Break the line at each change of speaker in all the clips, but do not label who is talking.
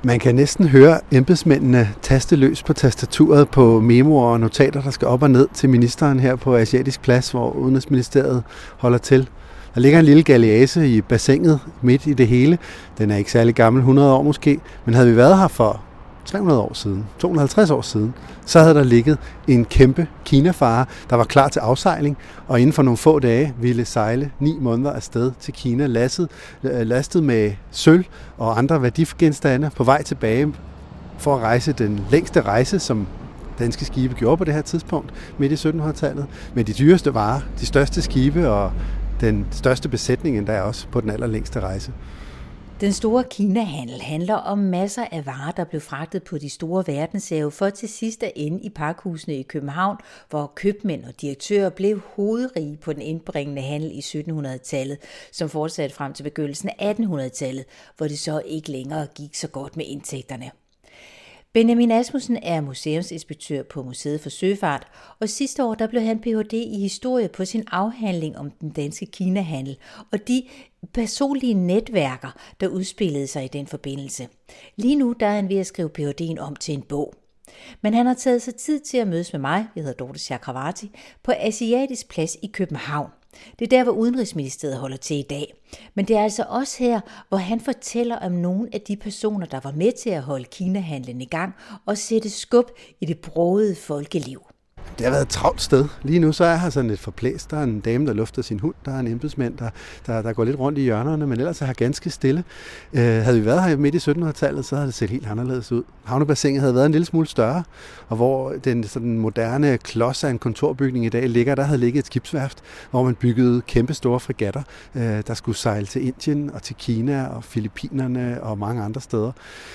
Man kan næsten høre embedsmændene taste løs på tastaturet på memoer og notater, der skal op og ned til ministeren her på Asiatisk Plads, hvor Udenrigsministeriet holder til. Der ligger en lille galliase i bassinet midt i det hele. Den er ikke særlig gammel, 100 år måske, men havde vi været her for 300 år siden, 250 år siden, så havde der ligget en kæmpe Kina-fare, der var klar til afsejling, og inden for nogle få dage ville sejle 9 måneder afsted til Kina, lastet med sølv og andre værdigenstande på vej tilbage for at rejse den længste rejse, som danske skibe gjorde på det her tidspunkt, midt i 1700-tallet, med de dyreste varer, de største skibe og den største besætning endda også på den allerlængste rejse.
Den store Kina-handel handler om masser af varer, der blev fragtet på de store verdenshave for til sidst at ende i pakhusene i København, hvor købmænd og direktører blev hovedrige på den indbringende handel i 1700-tallet, som fortsatte frem til begyndelsen af 1800-tallet, hvor det så ikke længere gik så godt med indtægterne. Benjamin Asmussen er museumsinspektør på Museet for Søfart, og sidste år der blev han Ph.D. i historie på sin afhandling om den danske Kina-handel og de personlige netværker, der udspillede sig i den forbindelse. Lige nu der er han ved at skrive Ph.D.'en om til en bog. Men han har taget sig tid til at mødes med mig, jeg hedder Dorte Chakravarty, på Asiatisk Plads i København. Det er der, hvor Udenrigsministeriet holder til i dag. Men det er altså også her, hvor han fortæller om nogle af de personer, der var med til at holde Kina-handlen i gang og sætte skub i det brogede folkeliv.
Det har været et travlt sted. Lige nu så er her sådan lidt forplæst. Der er en dame, der lufter sin hund. Der er en embedsmand, der går lidt rundt i hjørnerne, men ellers er her ganske stille. Havde vi været her midt i 1700-tallet, så havde det set helt anderledes ud. Havnebassinet havde været en lille smule større, og hvor den sådan moderne klods af en kontorbygning i dag ligger, der havde ligget et skibsværft, hvor man byggede kæmpe store fregatter, der skulle sejle til Indien og til Kina og Filippinerne og mange andre steder.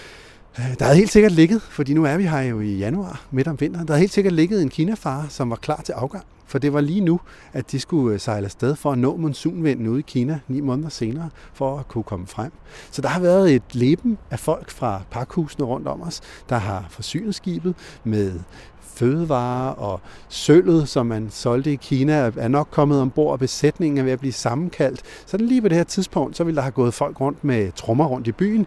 Der havde helt sikkert ligget, fordi nu er vi her jo i januar, midt om vinteren, der havde helt sikkert ligget en Kina-fare, som var klar til afgang. For det var lige nu, at de skulle sejle afsted for at nå monsunvinden ude i Kina 9 måneder senere, for at kunne komme frem. Så der har været et leben af folk fra pakhusene rundt om os, der har forsynet skibet med fødevarer og sølvet, som man solgte i Kina, er nok kommet ombord, og besætningen er ved at blive sammenkaldt. Så lige på det her tidspunkt, så ville der have gået folk rundt med trommer rundt i byen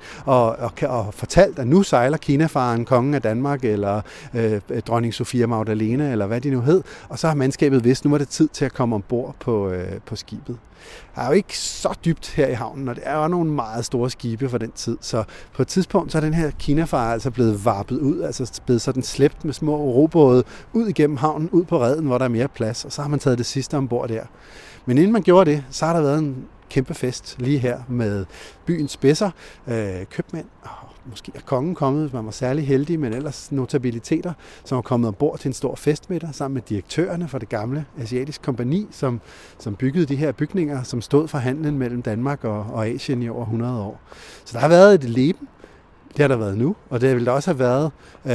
og fortalt, at nu sejler Kinafaren, kongen af Danmark, eller dronning Sofia Magdalene, eller hvad de nu hed. Og så har mandskabet vidst, nu var det tid til at komme ombord på skibet. Der er jo ikke så dybt her i havnen, og det er jo nogle meget store skibe for den tid. Så på et tidspunkt så er den her Kinafare altså blevet varpet ud, altså blevet sådan slæbt med små robåde ud igennem havnen, ud på reden, hvor der er mere plads, og så har man taget det sidste ombord der. Men inden man gjorde det, så har der været en kæmpe fest lige her med byens spidser, købmænd, måske er kongen kommet, hvis man var særlig heldig, men ellers notabiliteter, som var kommet ombord til en stor festmiddag sammen med direktørerne for det gamle Asiatisk Kompagni, som byggede de her bygninger, som stod for handlen mellem Danmark og Asien i over 100 år. Så der har været et leben, det har der været nu, og det vil der også have været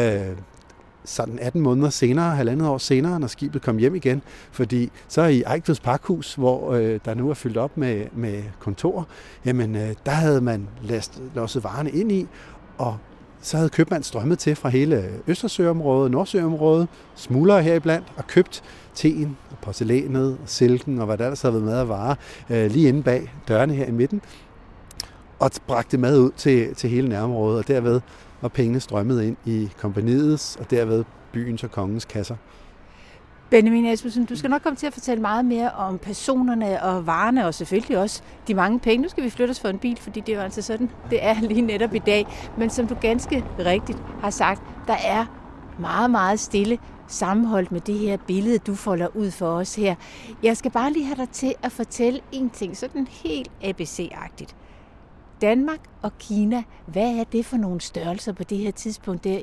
sådan 18 måneder senere, 1,5 år senere, når skibet kom hjem igen, fordi så i Eigtveds Pakhus, hvor der nu er fyldt op med kontor, jamen der havde man losset varerne ind i, og så havde købmand strømmet til fra hele Østersøområdet, Nordsøområdet, smuglere heriblandt, og købt teen, og porcelænet, og silken, og hvad der ellers havde været med at vare, lige inde bag dørene her i midten, og bragte mad ud til hele nærområdet, og derved var pengene strømmet ind i kompagniets, og derved byens og kongens kasser.
Benjamin Asmussen, du skal nok komme til at fortælle meget mere om personerne og varerne, og selvfølgelig også de mange penge. Nu skal vi flytte os for en bil, fordi det er jo altså sådan, det er lige netop i dag. Men som du ganske rigtigt har sagt, der er meget, meget stille sammenholdt med det her billede, du folder ud for os her. Jeg skal bare lige have dig til at fortælle en ting, sådan helt ABC-agtigt. Danmark og Kina, hvad er det for nogle størrelser på det her tidspunkt der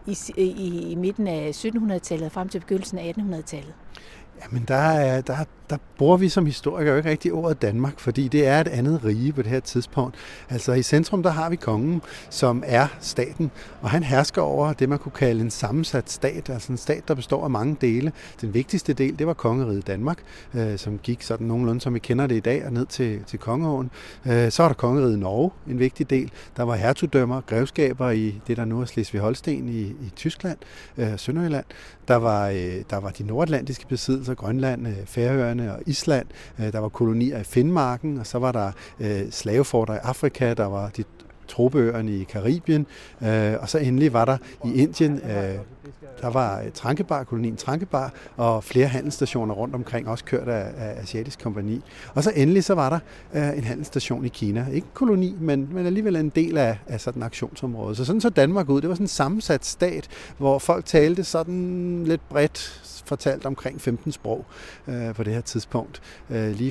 i midten af 1700-tallet frem til begyndelsen af 1800-tallet?
Jamen, der bruger vi som historikere jo ikke rigtig ordet Danmark, fordi det er et andet rige på det her tidspunkt. Altså i centrum, der har vi kongen, som er staten, og han hersker over det, man kunne kalde en sammensat stat, altså en stat, der består af mange dele. Den vigtigste del, det var kongeriget Danmark, som gik sådan nogenlunde, som vi kender det i dag, og ned til Kongeåen. Så er der kongeriget Norge, en vigtig del. Der var hertugdømmer, grevskaber i det, der nu er Slesvig-Holsten i Tyskland, Sønderjylland. Der var de nordatlantiske besiddelser, Grønland, Færøerne og Island. Der var kolonier i Finnmarken, og så var der slaveforter i Afrika. Der var de tropeøerne i Karibien, og så endelig var der i Indien, der var kolonien Tranquebar, og flere handelsstationer rundt omkring, også kørt af Asiatisk Kompagni. Og så endelig så var der en handelsstation i Kina. Ikke en koloni, men alligevel en del af sådan et aktionsområde. Så sådan så Danmark ud. Det var sådan en sammensat stat, hvor folk talte sådan lidt bredt, fortalt omkring 15 sprog på det her tidspunkt. Lige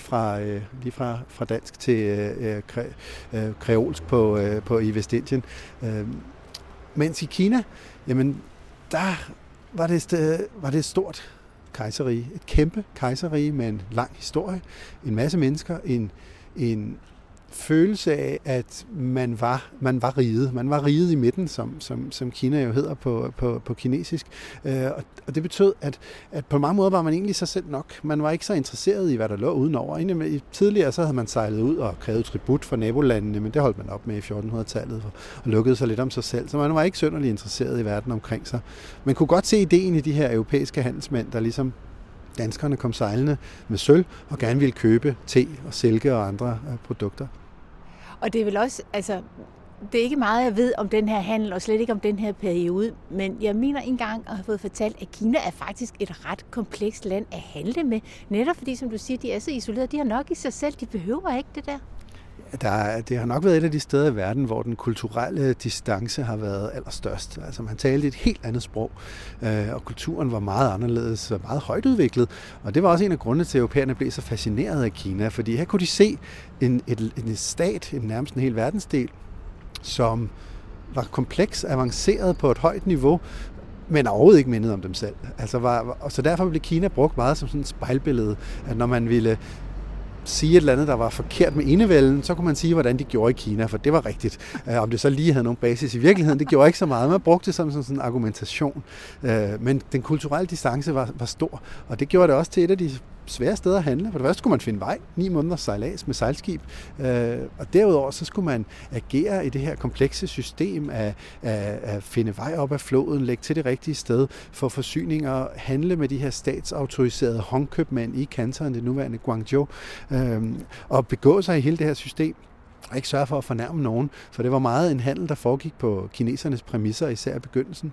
fra dansk til kreolsk i Vestindien. Mens i Kina, jamen, der var det et stort kejserrige. Et kæmpe kejserrige med en lang historie, en masse mennesker, en følelse af, at man var riget. Man var riget i midten, som Kina jo hedder på kinesisk. Og det betød, at på mange måder var man egentlig sig selv nok. Man var ikke så interesseret i, hvad der lå udenover. Tidligere så havde man sejlet ud og krævet tribut fra nabolandene, men det holdt man op med i 1400-tallet og lukkede sig lidt om sig selv. Så man var ikke synderligt interesseret i verden omkring sig. Man kunne godt se ideen i de her europæiske handelsmænd, der ligesom danskerne kom sejlende med sølv og gerne ville købe te og silke og andre produkter.
Og det er vel også, altså, det er ikke meget, jeg ved om den her handel, og slet ikke om den her periode, men jeg mener engang at have fået fortalt, at Kina er faktisk et ret komplekst land at handle med, netop fordi, som du siger, de er så isoleret, de har nok i sig selv, de behøver ikke det der.
Det har nok været et af de steder i verden, hvor den kulturelle distance har været allerstørst. Altså man talte et helt andet sprog, og kulturen var meget anderledes og meget højt udviklet. Og det var også en af grundene til, at europæerne blev så fascineret af Kina, fordi her kunne de se en stat, nærmest en hel verdensdel, som var kompleks, avanceret på et højt niveau, men overhovedet ikke mindet om dem selv. Og så derfor blev Kina brugt meget som sådan et spejlbillede, at når man ville sige et eller andet, der var forkert med enevælden, så kunne man sige, hvordan de gjorde i Kina, for det var rigtigt. Om det så lige havde nogen basis i virkeligheden, det gjorde ikke så meget. Man brugte det som sådan en argumentation. Men den kulturelle distance var stor, og det gjorde det også til et af de svære steder at handle. For det første skulle man finde vej, 9 måneders sejlads med sejlskib, og derudover så skulle man agere i det her komplekse system at finde vej op ad floden, lægge til det rigtige sted for forsyninger, handle med de her statsautoriserede håndkøbmænd i Canton, det nuværende Guangzhou, og begå sig i hele det her system. Og ikke sørge for at fornærme nogen, for det var meget en handel, der foregik på kinesernes præmisser, især i begyndelsen.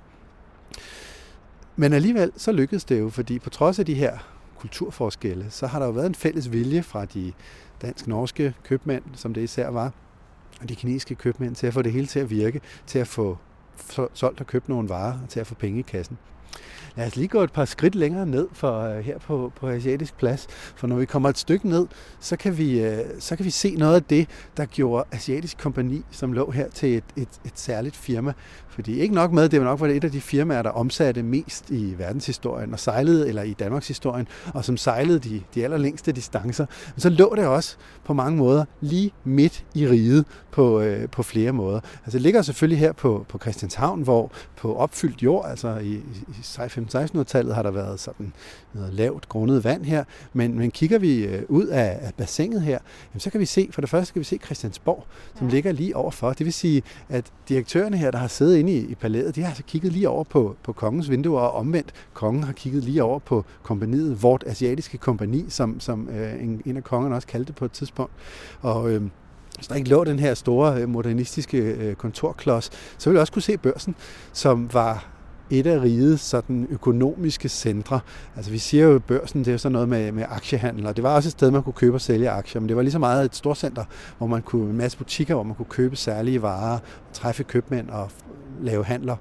Men alligevel så lykkedes det jo, fordi på trods af de her kulturforskelle, så har der jo været en fælles vilje fra de dansk-norske købmænd, som det især var, og de kinesiske købmænd, til at få det hele til at virke, til at få solgt og købt nogle varer, og til at få penge i kassen. Lad os lige gå et par skridt længere ned her på Asiatisk Plads, for når vi kommer et stykke ned, så kan vi se noget af det, der gjorde Asiatisk Kompagni, som lå her, til et særligt firma. Fordi ikke nok med, det var nok et af de firmaer, der omsatte mest i verdenshistorien og sejlede, eller i Danmarks historien, og som sejlede de allerlængste distancer. Men så lå det også på mange måder lige midt i riget på flere måder. Altså det ligger selvfølgelig her på Christianshavn, hvor på opfyldt jord, altså i 1500-1600-tallet har der været sådan noget lavt grundet vand her, men kigger vi ud af bassinet her, jamen, så kan vi se, for det første kan vi se Christiansborg, som ligger lige overfor. Det vil sige, at direktørerne her, der har siddet inde i palæet, de har altså kigget lige over på kongens vinduer, og omvendt, kongen har kigget lige over på kompagniet, vort asiatiske kompagni, som en af kongerne også kaldte på et tidspunkt. Og hvis der ikke lå den her store modernistiske kontorklods, så ville jeg også kunne se Børsen, som var et af rigets sådan økonomiske centre. Altså vi siger jo, at Børsen, det er jo sådan noget med aktiehandel, og det var også et sted, man kunne købe og sælge aktier, men det var lige så meget et storcenter, hvor man kunne, en masse butikker, hvor man kunne købe særlige varer, træffe købmænd og lave handler.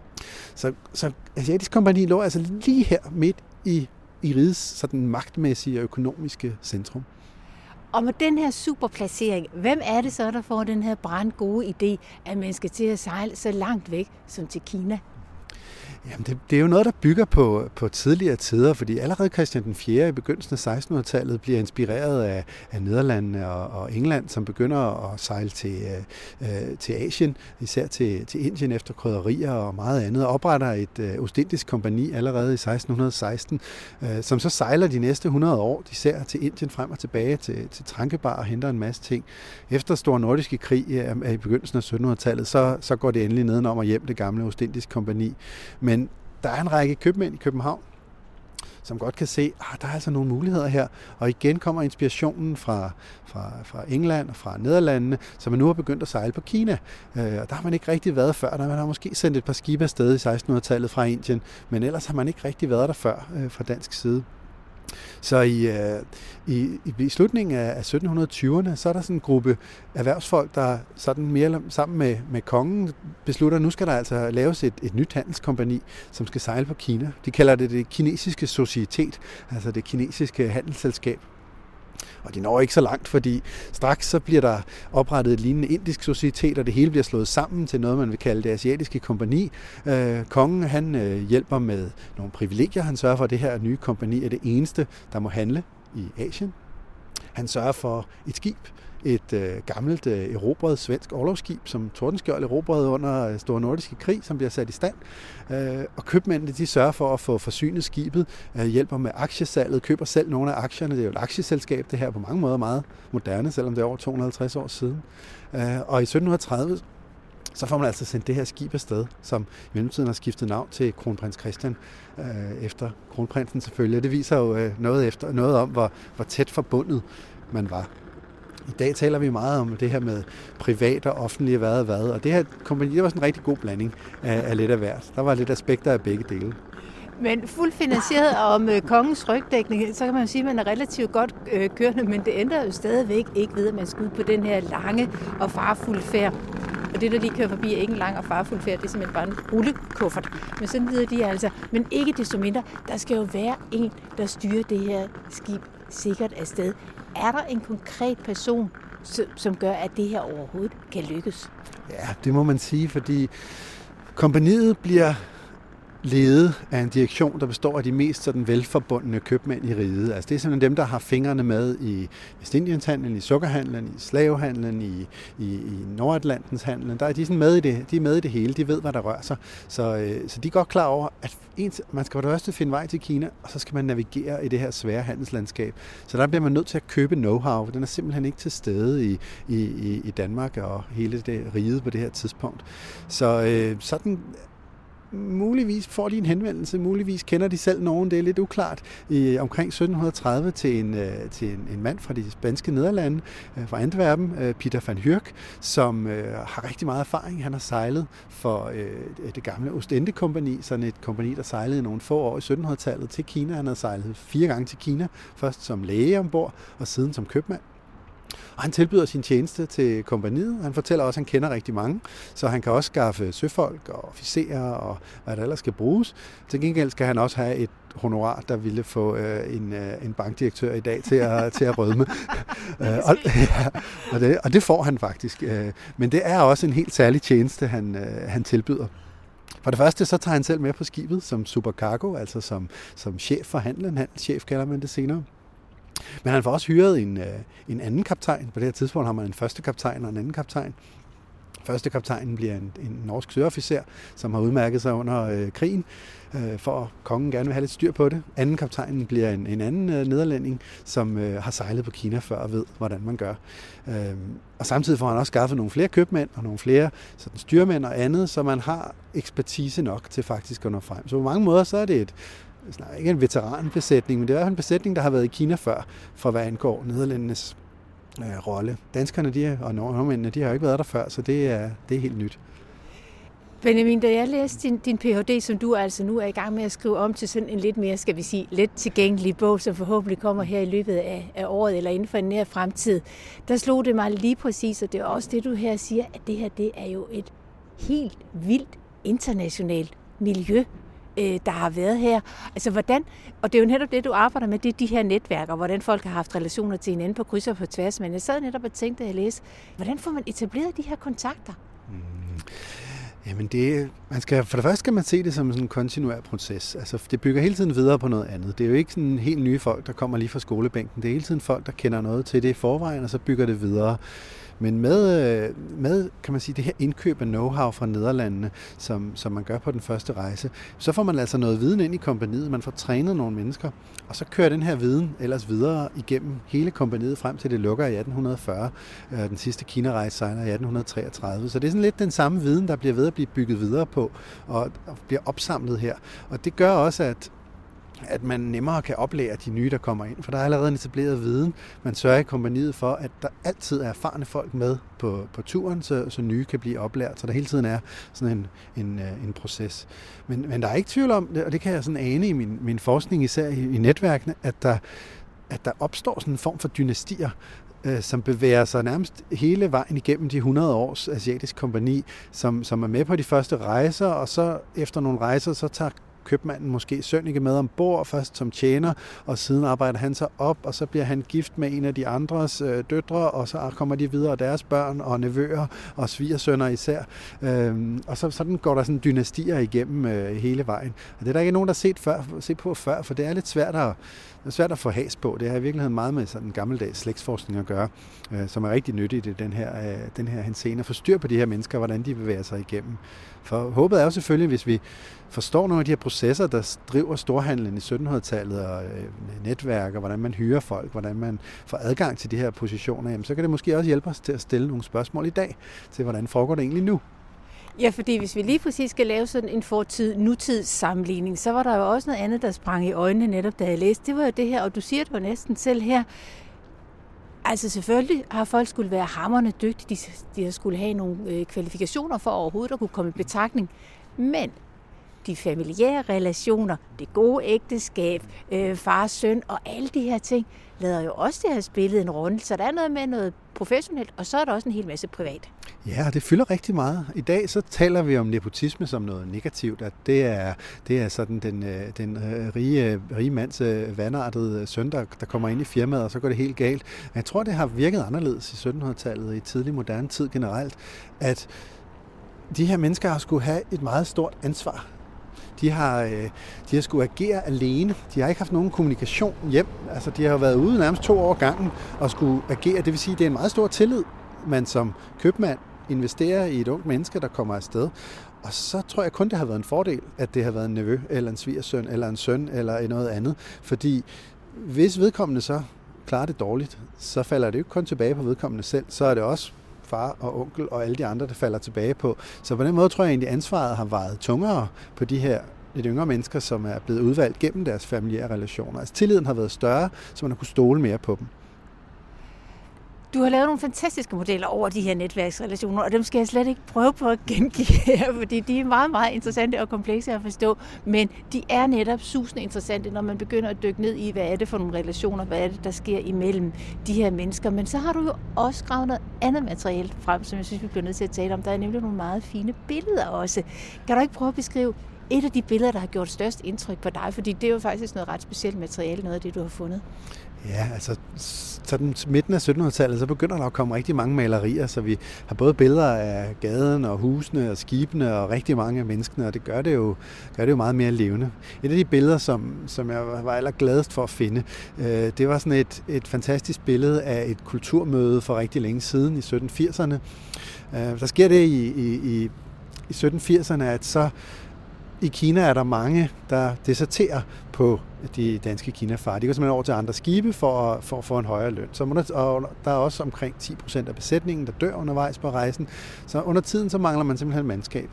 Så Asiatisk Kompagni lå altså lige her midt i rigets sådan magtmæssige og økonomiske centrum.
Og med den her superplacering, hvem er det så, der får den her brandgode idé, at man skal til at sejle så langt væk som til Kina?
Jamen det er jo noget, der bygger på tidligere tider, fordi allerede Christian den 4. i begyndelsen af 1600-tallet bliver inspireret af Nederlandene og England, som begynder at sejle til Asien, især til Indien efter krydderier og meget andet, og opretter et ostindisk kompagni allerede i 1616, som så sejler de næste 100 år, de ser til Indien frem og tilbage til Tranquebar og henter en masse ting. Efter Store Nordiske Krig i begyndelsen af 1700-tallet, så går det endelig nedenom og hjem, det gamle ostindisk kompagni. Men der er en række købmænd i København, som godt kan se, der er altså nogle muligheder her. Og igen kommer inspirationen fra England og fra Nederlandene, som man nu har begyndt at sejle på Kina. Og der har man ikke rigtig været før. Man har måske sendt et par skibe afsted i 1600-tallet fra Indien, men ellers har man ikke rigtig været der før fra dansk side. Så i slutningen af 1720'erne, så er der sådan en gruppe erhvervsfolk, der sådan mere sammen med kongen beslutter, at nu skal der altså laves et nyt handelskompagni, som skal sejle på Kina. De kalder det kinesiske societet, altså det kinesiske handelsselskab. Og de når ikke så langt, fordi straks så bliver der oprettet et lignende indisk societet, og det hele bliver slået sammen til noget, man vil kalde det asiatiske kompagni. Kongen, han hjælper med nogle privilegier. Han sørger for, at det her nye kompagni er det eneste, der må handle i Asien. Han sørger for et skib, et gammelt erobret svensk orlogsskib, som Tordenskjold erobrede under Store Nordiske Krig, som bliver sat i stand. Og købmændene, de sørger for at få forsynet skibet, hjælper med aktiesalget, køber selv nogle af aktierne. Det er jo et aktieselskab, det her på mange måder meget moderne, selvom det er over 250 år siden. Og i 1730, så får man altså sendt det her skib afsted, som i mellemtiden har skiftet navn til kronprins Christian, efter kronprinsen selvfølgelig. Det viser jo noget om, hvor tæt forbundet man var. I dag taler vi meget om det her med privat og offentlig hvad, og det her kompagni, det var sådan en rigtig god blanding af lidt af hvert. Der var lidt aspekter af begge dele.
Men fuldt finansieret om kongens rygdækning, så kan man jo sige, at man er relativt godt kørende, men det ændrer jo stadigvæk ikke ved, at man skal ud på den her lange og farfulde færd. Og det, der lige kører forbi, er ikke en lang og farfuld færd, det er simpelthen bare en rullekuffert. Men sådan videre de altså. Men ikke desto mindre, der skal jo være en, der styrer det her skib sikkert afsted. Er der en konkret person, som gør, at det her overhovedet kan lykkes?
Ja, det må man sige, fordi kompagniet bliver ledet af en direktion, der består af de mest sådan velforbundne købmænd i riget. Altså det er simpelthen dem, der har fingrene med i Vestindienshandlen, i sukkerhandlen, i slavehandlen, i Nordatlantens handlen. Der er de sådan med i det. De er med i det hele. De ved, hvad der rører sig. Så de er godt klar over, at man skal for det første finde vej til Kina, og så skal man navigere i det her svære handelslandskab. Så der bliver man nødt til at købe know-how. Den er simpelthen ikke til stede i Danmark og hele det riget på det her tidspunkt. Så sådan muligvis får de en henvendelse, muligvis kender de selv nogen, det er lidt uklart, omkring 1730 til en mand fra de spanske Nederlande, fra Antwerpen, Pieter van Hurck, som har rigtig meget erfaring. Han har sejlet for det gamle Ostende-kompagni, sådan et kompagni, der sejlede nogle få år i 1700-tallet til Kina. Han har sejlet 4 gange til Kina, først som læge ombord, og siden som købmand. Og han tilbyder sin tjeneste til kompagniet. Han fortæller også, at han kender rigtig mange, så han kan også skaffe søfolk og officerer og hvad der ellers skal bruges. Til gengæld skal han også have et honorar, der ville få en bankdirektør i dag til at rødme. Og det får han faktisk. Men det er også en helt særlig tjeneste, han tilbyder. For det første, så tager han selv med på skibet som supercargo, altså som chef for handlen. Handelschef kalder man det senere. Men han får også hyret en anden kaptajn. På det her tidspunkt har man en første kaptajn og en anden kaptajn. Første kaptajnen bliver en norsk søofficer, som har udmærket sig under krigen, for kongen gerne vil have lidt styr på det. Anden kaptajnen bliver en anden nederlænding, som har sejlet på Kina før og ved, hvordan man gør. Og samtidig får han også skaffet nogle flere købmænd og nogle flere sådan styrmænd og andet, så man har ekspertise nok til faktisk at nå frem. Så på mange måder så er det ikke en veteranbesætning, men det er i hvert fald en besætning, der har været i Kina før, for hvad angår nederlændernes rolle. Danskerne og nordmændene, de har jo ikke været der før, så det er helt nyt.
Benjamin, da jeg læste din Ph.D., som du altså nu er i gang med at skrive om til sådan en lidt mere, skal vi sige, let tilgængelig bog, som forhåbentlig kommer her i løbet af året eller inden for en nær fremtid, der slog det mig lige præcis, og det er også det, du her siger, at det her, det er jo et helt vildt internationalt miljø, der har været her. Altså hvordan, og det er jo netop det, du arbejder med, det er de her netværker, hvordan folk har haft relationer til hinanden på kryds og på tværs, men jeg sad netop og tænkte, at jeg læste, hvordan får man etableret de her kontakter?
Jamen for det første skal man se det som sådan en kontinuær proces. Altså det bygger hele tiden videre på noget andet. Det er jo ikke sådan helt nye folk, der kommer lige fra skolebænken. Det er hele tiden folk, der kender noget til det i forvejen, og så bygger det videre. Men med kan man sige, det her indkøb af know-how fra Nederlandene, som man gør på den første rejse, så får man altså noget viden ind i kompagniet, man får trænet nogle mennesker, og så kører den her viden ellers videre igennem hele kompagniet frem til det lukker i 1840. Den sidste Kina-rejse sejler i 1833. Så det er sådan lidt den samme viden, der bliver ved at blive bygget videre på, og bliver opsamlet her. Og det gør også, at at man nemmere kan oplære de nye, der kommer ind. For der er allerede en etableret viden. Man sørger i kompagniet for, at der altid er erfarne folk med på turen, så nye kan blive oplært. Så der hele tiden er sådan en proces. Men der er ikke tvivl om, og det kan jeg sådan ane i min forskning, især i netværkene, at der opstår sådan en form for dynastier, som bevæger sig nærmest hele vejen igennem de 100 års asiatisk kompagni, som er med på de første rejser, og så efter nogle rejser, så tager købmanden måske Sønneke med ombord, først som tjener, og siden arbejder han sig op, og så bliver han gift med en af de andres døtre, og så kommer de videre, deres børn og nevøer og svigersønner især. Og sådan går der sådan dynastier igennem hele vejen. Og det er der ikke nogen, der har set på før, for det er lidt svært at få has på. Det har i virkeligheden meget med sådan en gammeldags slægtsforskning at gøre, som er rigtig nyttigt i den her henseende. At få styr på de her mennesker, hvordan de bevæger sig igennem. For håbet er jo selvfølgelig, hvis vi forstår nogle af de her processer, der driver storhandlen i 1700-tallet og netværk, og hvordan man hyrer folk, hvordan man får adgang til de her positioner, jamen, så kan det måske også hjælpe os til at stille nogle spørgsmål i dag til, hvordan foregår det egentlig nu.
Ja, fordi hvis vi lige præcis skal lave sådan en fortid-nutids sammenligning, så var der jo også noget andet, der sprang i øjnene netop, da jeg læste. Det var jo det her, og du siger det jo næsten selv her. Altså selvfølgelig har folk skulle være hamrende dygtige, de har skulle have nogle kvalifikationer for overhovedet at kunne komme i betragtning. Men de familiære relationer, det gode ægteskab, far, søn og alle de her ting, lader jo også det have spillet en rolle. Så der er noget med noget professionelt, og så er der også en hel masse privat.
Ja, det fylder rigtig meget. I dag så taler vi om nepotisme som noget negativt, at det er sådan den rige mands vandartede søn, der kommer ind i firmaet, og så går det helt galt. Jeg tror, det har virket anderledes i 1700-tallet, i tidlig moderne tid generelt, at de her mennesker har skulle have et meget stort ansvar. De har skulle agere alene. De har ikke haft nogen kommunikation hjem. Altså, de har været ude nærmest 2 år gangen og skulle agere. Det vil sige, at det er en meget stor tillid, man som købmand investerer i et ungt menneske, der kommer afsted. Og så tror jeg kun, det har været en fordel, at det har været en nevø, eller en svigersøn, eller en søn, eller noget andet. Fordi hvis vedkommende så klarer det dårligt, så falder det jo ikke kun tilbage på vedkommende selv. Så er det også far og onkel og alle de andre, der falder tilbage på. Så på den måde tror jeg egentlig, at ansvaret har vejet tungere på de her lidt yngre mennesker, som er blevet udvalgt gennem deres familiære relationer. Altså tilliden har været større, så man har kunne stole mere på dem.
Du har lavet nogle fantastiske modeller over de her netværksrelationer, og dem skal jeg slet ikke prøve på at gengive her, fordi de er meget, meget interessante og komplekse at forstå, men de er netop susende interessante, når man begynder at dykke ned i, hvad er det for nogle relationer, hvad er det, der sker imellem de her mennesker. Men så har du jo også skrevet noget andet materiale frem, som jeg synes, vi bliver nødt til at tale om. Der er nemlig nogle meget fine billeder også. Kan du ikke prøve at beskrive et af de billeder, der har gjort størst indtryk på dig? Fordi det er jo faktisk noget ret specielt materiale, noget af det, du har fundet.
Ja, altså sådan midten af 1700-tallet, så begynder der at komme rigtig mange malerier, så vi har både billeder af gaden og husene og skibene og rigtig mange af menneskene, og det gør det jo meget mere levende. Et af de billeder, som jeg var allergladest for at finde, det var sådan et fantastisk billede af et kulturmøde for rigtig længe siden i 1780'erne. Der sker det i 1780'erne, at så i Kina er der mange, der deserterer på de danske Kina-farer. De går simpelthen over til andre skibe for at få en højere løn. Og der er også omkring 10% af besætningen, der dør undervejs på rejsen. Så under tiden så mangler man simpelthen mandskab.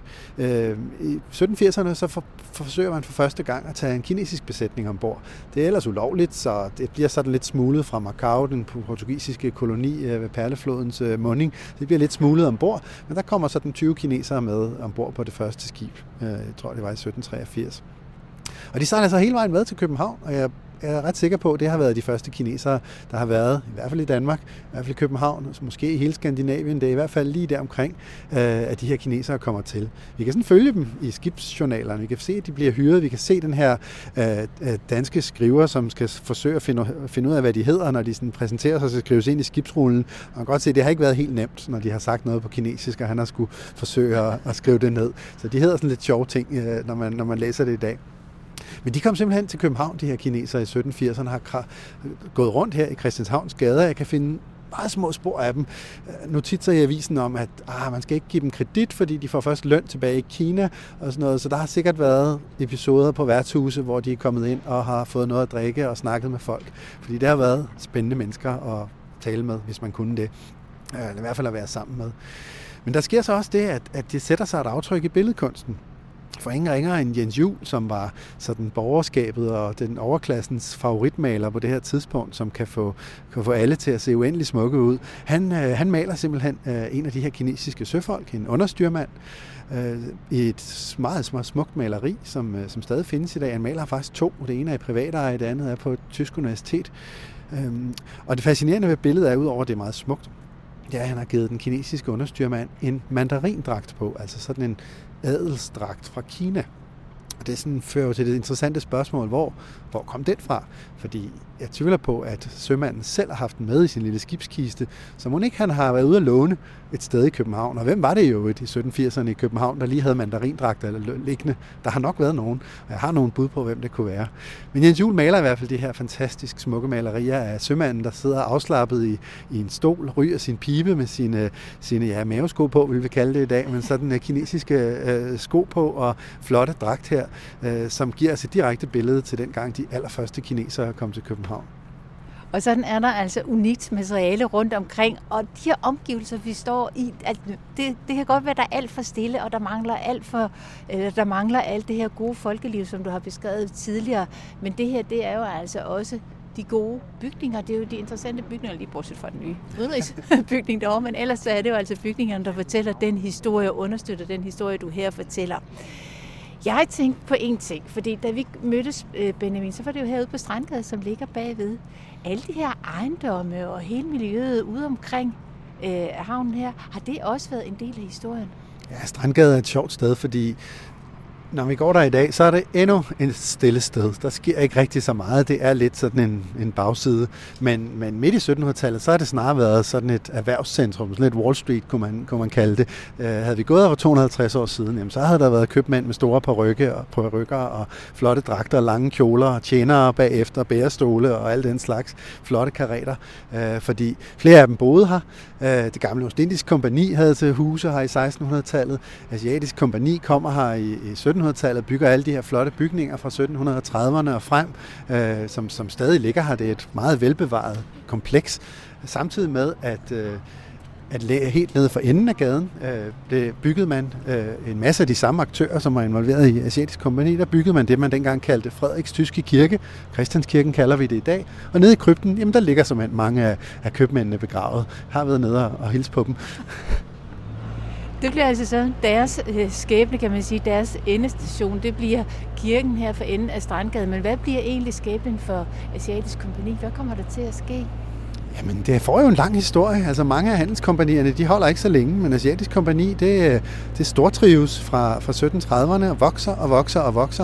I 1780'erne så forsøger man for første gang at tage en kinesisk besætning ombord. Det er ellers ulovligt, så det bliver sådan lidt smuglet fra Macau, den portugisiske koloni ved Perleflodens munding. Det bliver lidt smuglet ombord, men der kommer sådan 20 kinesere med ombord på det første skib. Jeg tror, det var i 1783. Og de sejler så hele vejen med til København, og jeg er ret sikker på, at det har været de første kinesere, der har været, i hvert fald i Danmark, i hvert fald i København, måske i hele Skandinavien. Det er i hvert fald lige der omkring, at de her kinesere kommer til. Vi kan sådan følge dem i skibsjournalerne. Vi kan se, at de bliver hyret. Vi kan se den her danske skriver, som skal forsøge at finde ud af, hvad de hedder, når de sådan præsenterer sig, så skrives ind i skibsrullen. Og man kan godt se, at det har ikke været helt nemt, når de har sagt noget på kinesisk, og han har skulle forsøge at skrive det ned. Så de hedder sådan lidt sjove ting, når man læser det i dag. Men de kom simpelthen til København, de her kinesere i 1780'erne, har gået rundt her i Christianshavns gader. Jeg kan finde meget små spor af dem. Notitser i avisen om, at man skal ikke give dem kredit, fordi de får først løn tilbage i Kina og sådan noget. Så der har sikkert været episoder på værtshuse, hvor de er kommet ind og har fået noget at drikke og snakket med folk. Fordi det har været spændende mennesker at tale med, hvis man kunne det. Eller i hvert fald at være sammen med. Men der sker så også det, at det sætter sig et aftryk i billedkunsten. for ingen ringere end Jens Juel, som var sådan borgerskabet og den overklassens favoritmaler på det her tidspunkt, som kan få alle til at se uendelig smukke ud. Han maler simpelthen en af de her kinesiske søfolk, en understyrmand, i et meget smukt maleri, som stadig findes i dag. Han maler faktisk 2. Det ene er i privateje, det andet er på et tysk universitet. Og det fascinerende ved billedet er, udover det er meget smukt, det er, at han har givet den kinesiske understyrmand en mandarindragt på, altså sådan en adelsdragt fra Kina. Og det sådan fører til det interessante spørgsmål, hvor kom den fra? Fordi jeg tvivler på, at sømanden selv har haft den med i sin lille skibskiste, så må ikke han har været ude at låne et sted i København. Og hvem var det jo i 1780'erne i København, der lige havde mandarindragter liggende? Der har nok været nogen, og jeg har nogle bud på, hvem det kunne være. Men Jens Juel maler i hvert fald de her fantastisk smukke malerier af sømanden, der sidder afslappet i en stol, ryger sin pibe med sine mavesko på, vil vi kalde det i dag, men sådan kinesiske sko på og flotte dragt her, som giver os et direkte billede til den gang de allerførste kinesere kom til København.
Og sådan er der altså unikt materiale rundt omkring, og de her omgivelser, vi står i, det kan godt være, der er alt for stille, og der mangler alt det her gode folkeliv, som du har beskrevet tidligere. Men det her, det er jo altså også de gode bygninger. Det er jo de interessante bygninger, lige bortset fra den nye udenrigsbygning derovre, men ellers så er det jo altså bygningerne, der fortæller den historie og understøtter den historie, du her fortæller. Jeg tænkte på en ting, fordi da vi mødtes, Benjamin, så var det jo herude på Strandgade, som ligger bagved. Alle de her ejendomme og hele miljøet ude omkring havnen her, har det også været en del af historien?
Ja, Strandgade er et sjovt sted, fordi når vi går der i dag, så er det endnu et stille sted. Der sker ikke rigtig så meget. Det er lidt sådan en bagside. Men midt i 1700-tallet, så har det snarere været sådan et erhvervscentrum. Sådan et Wall Street, kunne man kalde det. Havde vi gået over 250 år siden, jamen, så havde der været købmænd med store parykker og flotte dragter, lange kjoler og tjenere bagefter, bærestole og alle den slags flotte karetter. Fordi flere af dem boede her. Det gamle Ostindiske Kompagni havde til huse her i 1600-tallet. Asiatisk Kompagni kommer her i 1700-tallet, bygger alle de her flotte bygninger fra 1730'erne og frem, som stadig ligger her. Det er et meget velbevaret kompleks. Samtidig med, at helt nede for enden af gaden, det byggede man en masse af de samme aktører, som var involveret i Asiatisk Kompagni. Der byggede man det, man dengang kaldte Frederiks Tyske Kirke. Christianskirken kalder vi det i dag. Og nede i krypten, jamen der ligger simpelthen mange af købmændene begravet. Har været nede og hilse på dem.
Det bliver altså så deres skæbne, kan man sige, deres endestation. Det bliver kirken her for enden af Strandgade. Men hvad bliver egentlig skæbnen for Asiatisk Kompagni? Hvad kommer der til at ske?
Jamen, det får jo en lang historie. Altså, mange af handelskompagnierne, de holder ikke så længe, men Asiatisk Kompagni, det stortrives fra 1730'erne og vokser.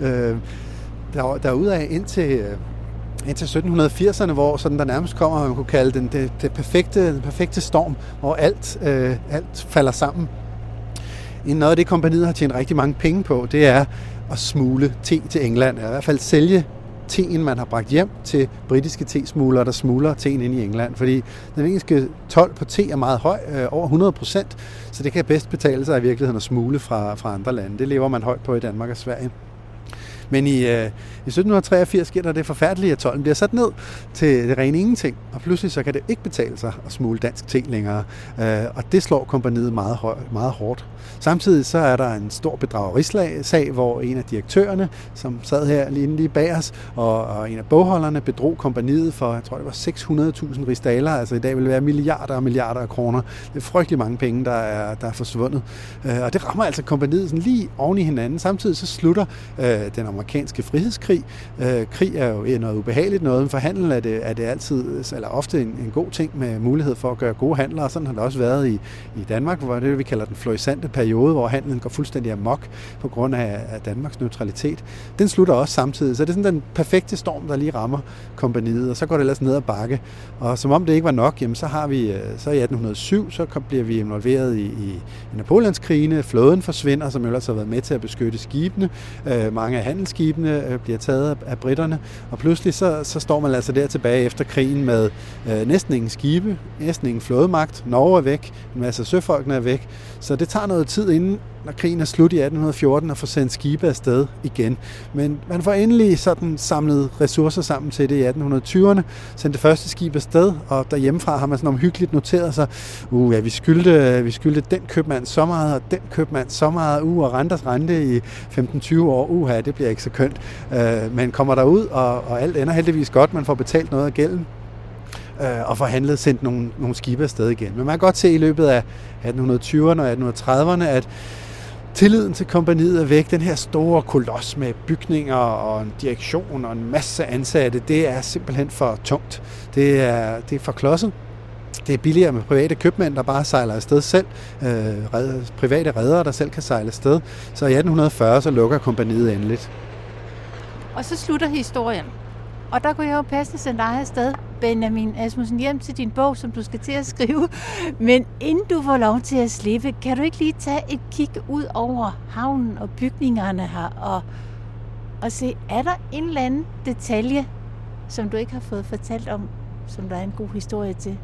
Derudaf indtil 1780'erne, hvor sådan der nærmest kommer, man kunne kalde den perfekte storm, hvor alt falder sammen. Noget af det, kompagniet har tjent rigtig mange penge på, det er at smule te til England. I hvert fald sælge teen, man har bragt hjem til britiske tesmuglere, der smugler teen ind i England. Fordi den engelske told på te er meget høj, over 100%, så det kan bedst betale sig i virkeligheden at smule fra andre lande. Det lever man højt på i Danmark og Sverige. Men i 1783 sker der det forfærdelige, at tolden bliver sat ned til det rene ingenting, og pludselig så kan det ikke betale sig at smule dansk te længere, og det slår kompagniet meget hårdt. Samtidig så er der en stor bedragerisag, hvor en af direktørerne, som sad her lige bag os, og en af bogholderne bedrog kompagniet for, jeg tror det var 600.000 rigsdaler, altså i dag vil det være milliarder og milliarder af kroner. Det er frygtelig mange penge, der er forsvundet, og det rammer altså kompagniet sådan lige oven i hinanden. Samtidig så slutter den amerikanske frihedskrig. Krig er jo noget ubehageligt noget, men for handel er det altid, eller ofte en god ting med mulighed for at gøre gode handler, og sådan har det også været i Danmark, hvor det vi kalder den florissante periode, hvor handelen går fuldstændig amok på grund af Danmarks neutralitet. Den slutter også samtidig, så det er sådan den perfekte storm, der lige rammer kompagniet, og så går det ellers ned ad bakke. Og som om det ikke var nok, jamen, så har vi så i 1807, så bliver vi involveret i Napoleonskrigene, flåden forsvinder, som ellers har været med til at beskytte skibene. Mange af handelsskibene bliver taget af britterne, og pludselig så står man altså der tilbage efter krigen med næsten ingen skibe, næsten ingen flådemagt, Norge er væk, en masse af søfolkene er væk, så det tager noget tid inden når krigen er slut i 1814, at få sendt skibe afsted igen. Men man får endelig sådan samlet ressourcer sammen til det i 1820'erne, sendt det første skib afsted, og derhjemmefra har man sådan omhyggeligt noteret sig, vi skyldte den købmand så meget, og den købmand så meget, og renters rente i 15-20 år, det bliver ikke så kønt. Man kommer derud, og alt ender heldigvis godt, man får betalt noget af gælden, og forhandlet sendt nogle skibe afsted igen. Men man kan godt se i løbet af 1820'erne og 1830'erne, at tilliden til kompagniet er væk. Den her store koloss med bygninger og en direktion og en masse ansatte, det er simpelthen for tungt. Det er for klodset. Det er billigere med private købmænd, der bare sejler afsted selv. Private redere, der selv kan sejle afsted. Så i 1840 så lukker kompagniet endeligt.
Og så slutter historien. Og der kunne jeg jo passende sende dig afsted, Benjamin Asmussen, hjem til din bog, som du skal til at skrive. Men inden du får lov til at slippe, kan du ikke lige tage et kig ud over havnen og bygningerne her, og se, er der en eller anden detalje, som du ikke har fået fortalt om, som der er en god historie til?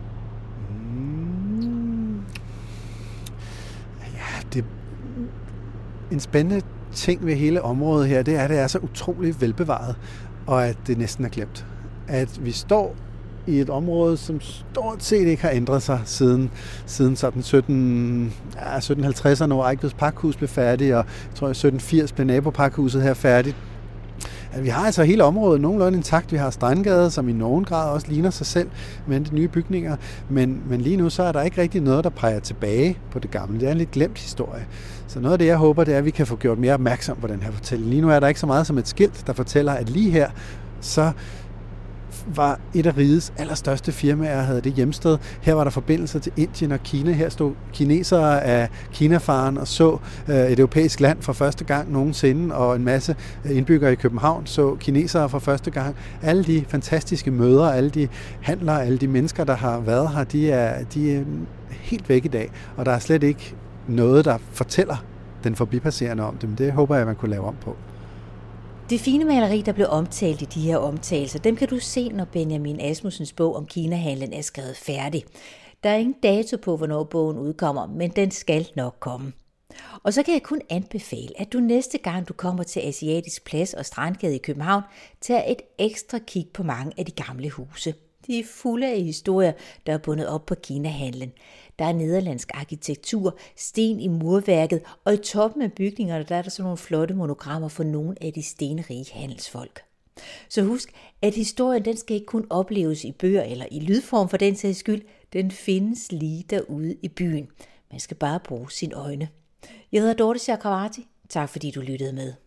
Ja, det en spændende ting ved hele området her, det er så utroligt velbevaret, og at det næsten er glemt. At vi står i et område, som stort set ikke har ændret sig siden sådan 1750'erne, hvor Eigtveds Pakhus blev færdig, og jeg tror, i 1780 blev nabopakhuset her færdigt. At vi har altså hele området nogenlunde intakt. Vi har Strandgade, som i nogen grad også ligner sig selv med de nye bygninger. Men lige nu så er der ikke rigtig noget, der peger tilbage på det gamle. Det er en lidt glemt historie. Så noget af det, jeg håber, det er, at vi kan få gjort mere opmærksom på den her fortælling. Lige nu er der ikke så meget som et skilt, der fortæller, at lige her, så var et af rigets allerstørste firmaer, havde det hjemsted. Her var der forbindelser til Indien og Kina. Her stod kinesere af Kinafaren og så et europæisk land for første gang nogensinde, og en masse indbyggere i København så kinesere for første gang. Alle de fantastiske møder, alle de handlere, alle de mennesker, der har været her, de er helt væk i dag, og der er slet ikke noget, der fortæller den forbipasserende om dem. Det håber jeg, man kunne lave om på.
Det fine maleri, der blev omtalt i de her omtagelser, dem kan du se, når Benjamin Asmussens bog om Kinahandlen er skrevet færdig. Der er ingen dato på, hvornår bogen udkommer, men den skal nok komme. Og så kan jeg kun anbefale, at du næste gang du kommer til Asiatisk Plads og Strandgade i København, tager et ekstra kig på mange af de gamle huse. De er fulde af historier, der er bundet op på Kinahandlen. Der er nederlandsk arkitektur, sten i murværket, og i toppen af bygningerne der er der sådan nogle flotte monogrammer for nogle af de stenrige handelsfolk. Så husk, at historien den skal ikke kun opleves i bøger eller i lydform for den sags skyld. Den findes lige derude i byen. Man skal bare bruge sine øjne. Jeg hedder Dorte Chakravarty. Tak fordi du lyttede med.